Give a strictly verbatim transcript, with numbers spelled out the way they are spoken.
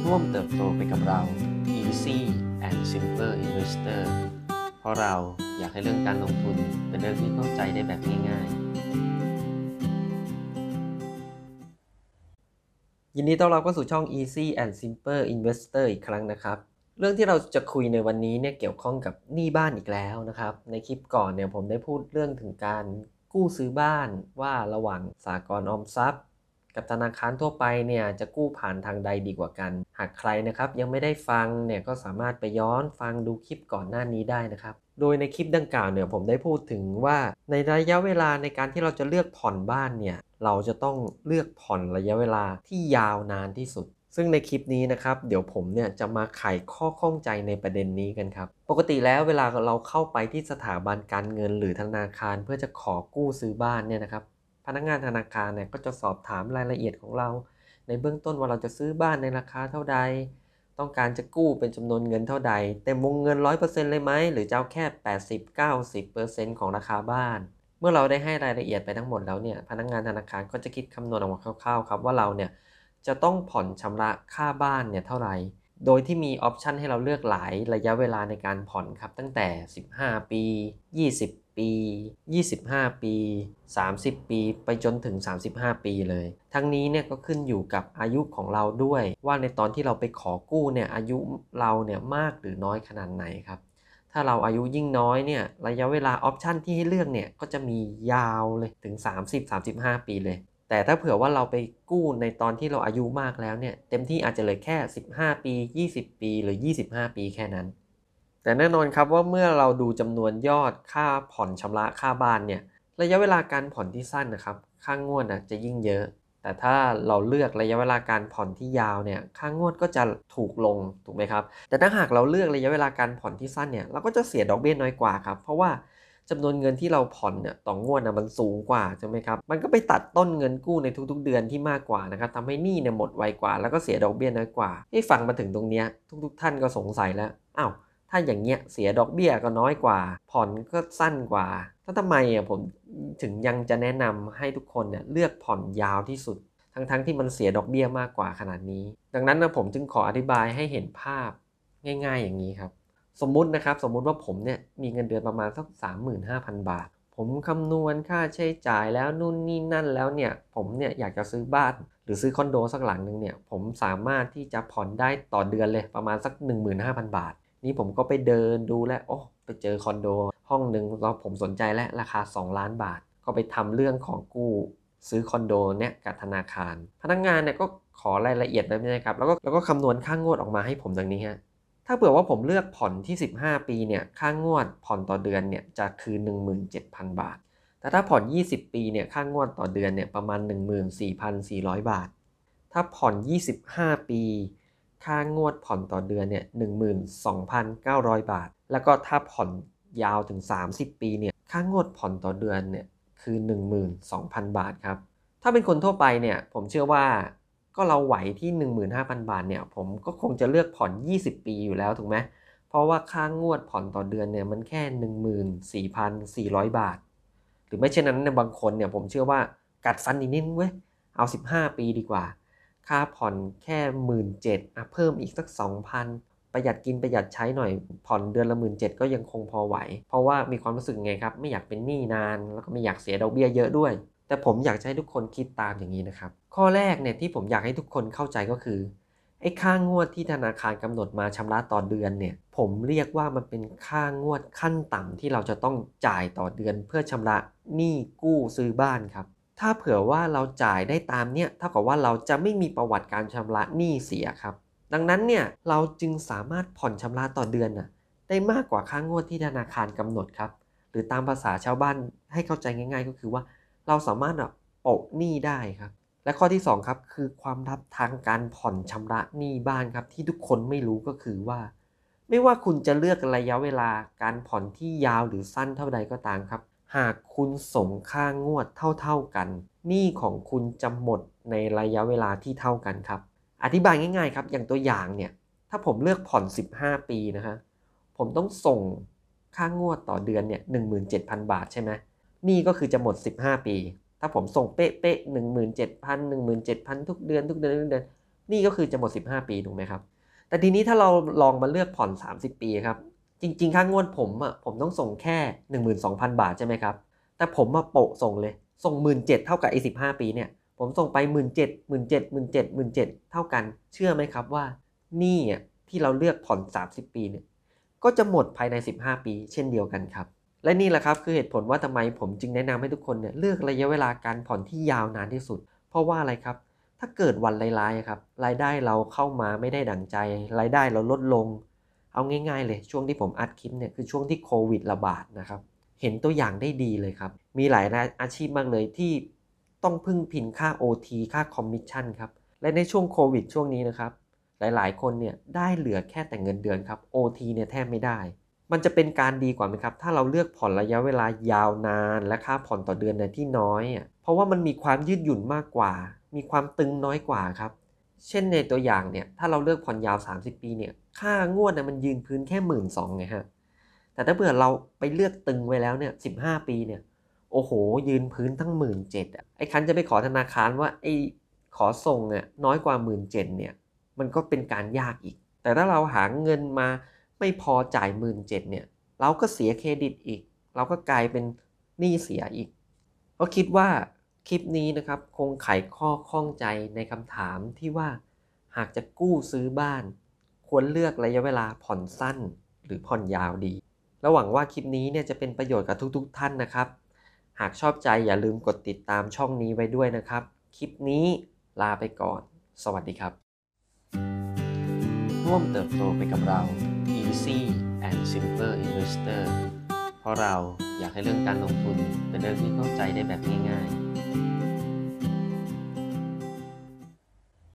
ร่วมเติบโตไปกับเรา Easy and Simple Investor เพราะเราอยากให้เรื่องการลงทุนเป็นเรื่องที่เข้าใจได้แบบง่ายๆยินดีต้อนรับเข้าสู่ช่อง Easy and Simple Investor อีกครั้งนะครับเรื่องที่เราจะคุยในวันนี้เนี่ยเกี่ยวข้องกับหนี้บ้านอีกแล้วนะครับในคลิปก่อนเนี่ยผมได้พูดเรื่องถึงการกู้ซื้อบ้านว่าระหว่างสหกรณ์ออมทรัพย์กับธนาคารทั่วไปเนี่ยจะกู้ผ่านทางใดดีกว่ากันหากใครนะครับยังไม่ได้ฟังเนี่ยก็สามารถไปย้อนฟังดูคลิปก่อนหน้านี้ได้นะครับโดยในคลิปดังกล่าวเนี่ยผมได้พูดถึงว่าในระยะเวลาในการที่เราจะเลือกผ่อนบ้านเนี่ยเราจะต้องเลือกผ่อนระยะเวลาที่ยาวนานที่สุดซึ่งในคลิปนี้นะครับเดี๋ยวผมเนี่ยจะมาไขข้อข้องใจในประเด็นนี้กันครับปกติแล้วเวลาเราเข้าไปที่สถาบันการเงินหรือธนาคารเพื่อจะขอกู้ซื้อบ้านเนี่ยนะครับพนักงานธนาคารเนี่ยก็จะสอบถามรายละเอียดของเราในเบื้องต้นว่าเราจะซื้อบ้านในราคาเท่าใดต้องการจะกู้เป็นจำนวนเงินเท่าใดเต็มวงเงิน ร้อยเปอร์เซ็นต์ เลยไหมหรือจะเอาแค่ แปดสิบถึงเก้าสิบเปอร์เซ็นต์ ของราคาบ้านเมื่อเราได้ให้รายละเอียดไปทั้งหมดแล้วเนี่ยพนักงานธนาคารก็จะคิดคำนวณออกมาคร่าวๆครับว่าเราเนี่ยจะต้องผ่อนชำระค่าบ้านเนี่ยเท่าไหร่โดยที่มีออปชันให้เราเลือกหลายระยะเวลาในการผ่อนครับตั้งแต่สิบห้าปียี่สิบปียี่สิบห้าปีสามสิบปีไปจนถึงสามสิบห้าปีเลยทั้งนี้เนี่ยก็ขึ้นอยู่กับอายุของเราด้วยว่าในตอนที่เราไปขอกู้เนี่ยอายุเราเนี่ยมากหรือน้อยขนาดไหนครับถ้าเราอายุยิ่งน้อยเนี่ยระยะเวลาออปชันที่ให้เลือกเนี่ยก็จะมียาวเลยถึงสามสิบ สามสิบห้าปีเลยแต่ถ้าเผื่อว่าเราไปกู้ในตอนที่เราอายุมากแล้วเนี่ยเต็มที่อาจจะเหลือแค่สิบห้าปียี่สิบปีหรือยี่สิบห้าปีแค่นั้นแต่แน่นอนครับว่าเมื่อเราดูจำนวนยอดค่าผ่อนชำระค่าบ้านเนี่ยระยะเวลาการผ่อนที่สั้นนะครับค่างวดนะจะยิ่งเยอะแต่ถ้าเราเลือกระยะเวลาการผ่อนที่ยาวเนี่ยค่างวดก็จะถูกลงถูกไหมครับแต่ถ้าหากเราเลือกระยะเวลาการผ่อนที่สั้นเนี่ยเราก็จะเสียดอกเบี้ยน้อยกว่าครับเพราะว่าจำนวนเงินที่เราผ่อนเนี่ยต่องวดนะมันสูงกว่าใช่ไหมครับมันก็ไปตัดต้นเงินกู้ในทุกๆเดือนที่มากกว่านะครับทำให้หนี้เนี่ยหมดไวกว่าแล้วก็เสียดอกเบี้ยน้อยกว่าที่ฟังมาถึงตรงเนี้ยทุกๆท่านก็สงสัยแล้วอ้าวถ้าอย่างเงี้ยเสียดอกเบี้ยก็น้อยกว่าผ่อนก็สั้นกว่าแล้วทำไมอ่ะผมถึงยังจะแนะนำให้ทุกคนเนี่ยเลือกผ่อนยาวที่สุดทั้งๆที่มันเสียดอกเบี้ยมากกว่าขนาดนี้ดังนั้นนะผมจึงขออธิบายให้เห็นภาพง่ายๆอย่างนี้ครับสมมุตินะครับสมมุติว่าผมเนี่ยมีเงินเดือนประมาณสัก สามหมื่นห้าพัน บาทผมคำนวณค่าใช้จ่ายแล้วนู่นนี่นั่นแล้วเนี่ยผมเนี่ยอยากจะซื้อบ้านหรือซื้อคอนโดสักหลังนึงเนี่ยผมสามารถที่จะผ่อนได้ต่อเดือนเลยประมาณสัก หนึ่งหมื่นห้าพัน บาทนี่ผมก็ไปเดินดูแล้วโอ้ไปเจอคอนโดห้องนึงแล้วผมสนใจแล้วราคาสองล้านบาทก็ไปทำเรื่องของกู้ซื้อคอนโดเนี่ยกับธนาคารพนักงานเนี่ยก็ขอรายละเอียดแบบนี้ครับแล้วก็แล้วก็คำนวณค่างวดออกมาให้ผมดังนี้ฮะถ้าเผื่อว่าผมเลือกผ่อนที่สิบห้าปีเนี่ยค่างวดผ่อนต่อเดือนเนี่ยจะคือ หนึ่งหมื่นเจ็ดพัน บาทแต่ถ้าผ่อนยี่สิบปีเนี่ยค่างวดต่อเดือนเนี่ยประมาณ หนึ่งหมื่นสี่พันสี่ร้อย บาทถ้าผ่อนยี่สิบห้าปีค่างวดผ่อนต่อเดือนเนี่ย หนึ่งหมื่นสองพันเก้าร้อย บาทแล้วก็ถ้าผ่อนยาวถึงสามสิบปีเนี่ยค่างวดผ่อนต่อเดือนเนี่ยคือ หนึ่งหมื่นสองพัน บาทครับถ้าเป็นคนทั่วไปเนี่ยผมเชื่อว่าก็เราไหวที่ หนึ่งหมื่นห้าพัน บาทเนี่ยผมก็คงจะเลือกผ่อนยี่สิบปีอยู่แล้วถูกไหมเพราะว่าค่างวดผ่อนต่อเดือนเนี่ยมันแค่ หนึ่งหมื่นสี่พันสี่ร้อย บาทหรือไม่เช่นนั้นในบางคนเนี่ยผมเชื่อว่ากัดฟันอีกนิดเว้ยเอาสิบห้าปีดีกว่าค่าผ่อนแค่ หนึ่งหมื่นเจ็ดพัน อ่ะเพิ่มอีกสัก สองพัน ประหยัดกินประหยัดใช้หน่อยผ่อนเดือนละ หนึ่งหมื่นเจ็ดพัน ก็ยังคงพอไหวเพราะว่ามีความรู้สึกไงครับไม่อยากเป็นหนี้นานแล้วก็ไม่อยากเสียดอกเบี้ยเยอะด้วยแต่ผมอยากให้ทุกคนคิดตามอย่างนี้นะครับข้อแรกเนี่ยที่ผมอยากให้ทุกคนเข้าใจก็คือไอ้ค่างวดที่ธนาคารกำหนดมาชำระต่อเดือนเนี่ยผมเรียกว่ามันเป็นค่างวดขั้นต่ำที่เราจะต้องจ่ายต่อเดือนเพื่อชำระหนี้กู้ซื้อบ้านครับถ้าเผื่อว่าเราจ่ายได้ตามเนี่ยเท่ากับว่าเราจะไม่มีประวัติการชำระหนี้เสียครับดังนั้นเนี่ยเราจึงสามารถผ่อนชำระต่อเดือนน่ะได้มากกว่าค่างวดที่ธนาคารกำหนดครับหรือตามภาษาชาวบ้านให้เข้าใจง่ายๆก็คือว่าเราสามารถโปะหนี้ได้ครับและข้อที่สองครับคือความลับทางการผ่อนชำระหนี้บ้านครับที่ทุกคนไม่รู้ก็คือว่าไม่ว่าคุณจะเลือกระยะเวลาการผ่อนที่ยาวหรือสั้นเท่าใดก็ตามครับหากคุณส่งค่างวดเท่าๆกันหนี้ของคุณจะหมดในระยะเวลาที่เท่ากันครับอธิบายง่ายๆครับอย่างตัวอย่างเนี่ยถ้าผมเลือกผ่อนสิบห้าปีนะฮะผมต้องส่งค่างวดต่อเดือนเนี่ย หนึ่งหมื่นเจ็ดพัน บาทใช่ไหมหนี้ก็คือจะหมดสิบห้าปีถ้าผมส่งเป๊ะๆ หนึ่งหมื่นเจ็ดพัน หนึ่งหมื่นเจ็ดพัน ทุกเดือนทุกเดือนทุกเดือนนี่ก็คือจะหมดสิบห้าปีถูกไหมครับแต่ทีนี้ถ้าเราลองมาเลือกผ่อนสามสิบปีครับจริงๆค่างวดผมอ่ะผมต้องส่งแค่ หนึ่งหมื่นสองพัน บาทใช่ไหมครับแต่ผมมาโปะส่งเลยส่ง หนึ่งหมื่นเจ็ดพัน เท่ากับไอ้สิบห้าปีเนี่ยผมส่งไป หนึ่งหมื่นเจ็ดพัน หนึ่งหมื่นเจ็ดพัน หนึ่งหมื่นเจ็ดพัน หนึ่งหมื่นเจ็ดพัน เท่ากันเชื่อไหมครับว่าหนี้อ่ะที่เราเลือกผ่อนสามสิบปีเนี่ยก็จะหมดภายในสิบห้าปีเช่นเดียวกันครับและนี่แหละครับคือเหตุผลว่าทำไมผมจึงแนะนำให้ทุกคนเนี่ยเลือกระยะเวลาการผ่อนที่ยาวนานที่สุดเพราะว่าอะไรครับถ้าเกิดวันร้ายๆครับรายได้เราเข้ามาไม่ได้ดั่งใจรายได้เราลดลงเอาง่ายๆเลยช่วงที่ผมอัดคลิปเนี่ยคือช่วงที่โควิดระบาดนะครับเห็นตัวอย่างได้ดีเลยครับมีหลายอาชีพมากเลยที่ต้องพึ่งพิงค่า โอ ที ค่าคอมมิชชั่นครับและในช่วงโควิดช่วงนี้นะครับหลายๆคนเนี่ยได้เหลือแค่แต่เงินเดือนครับ โอ ที เนี่ยแทบไม่ได้มันจะเป็นการดีกว่าไหมครับถ้าเราเลือกผ่อนระยะเวลายาวนานและค่าผ่อนต่อเดือนเนี่ยที่น้อยอ่ะเพราะว่ามันมีความยืดหยุ่นมากกว่ามีความตึงน้อยกว่าครับเช่นในตัวอย่างเนี่ยถ้าเราเลือกผ่อนยาวสามสิบปีเนี่ยค่างวดน่ะมันยืนพื้นแค่ หนึ่งหมื่นสองพัน ไงฮะแต่ถ้าเผื่อเราไปเลือกตึงไว้แล้วเนี่ยสิบห้าปีเนี่ยโอ้โหยืนพื้นทั้ง หนึ่งหมื่นเจ็ดพัน อ่ะไอ้คันจะไปขอธนาคารว่าไอ้ขอส่งอ่ะน้อยกว่า หนึ่งหมื่นเจ็ดพัน เนี่ยมันก็เป็นการยากอีกแต่ถ้าเราหาเงินมาไม่พอจ่าย หนึ่งหมื่นเจ็ดพัน เนี่ยเราก็เสียเครดิตอีกเราก็กลายเป็นหนี้เสียอีกก็คิดว่าคลิปนี้นะครับคงไขข้อข้องใจในคำถามที่ว่าหากจะกู้ซื้อบ้านควรเลือกระยะเวลาผ่อนสั้นหรือผ่อนยาวดีและหวังว่าคลิปนี้เนี่ยจะเป็นประโยชน์กับทุกๆท่านนะครับหากชอบใจอย่าลืมกดติดตามช่องนี้ไว้ด้วยนะครับคลิปนี้ลาไปก่อนสวัสดีครับร่วมเติบโตไปกับเรา Easy and Simple Investor เพราะเราอยากให้เรื่องการลงทุนเป็นเรื่องที่เข้าใจได้แบบง่ายๆ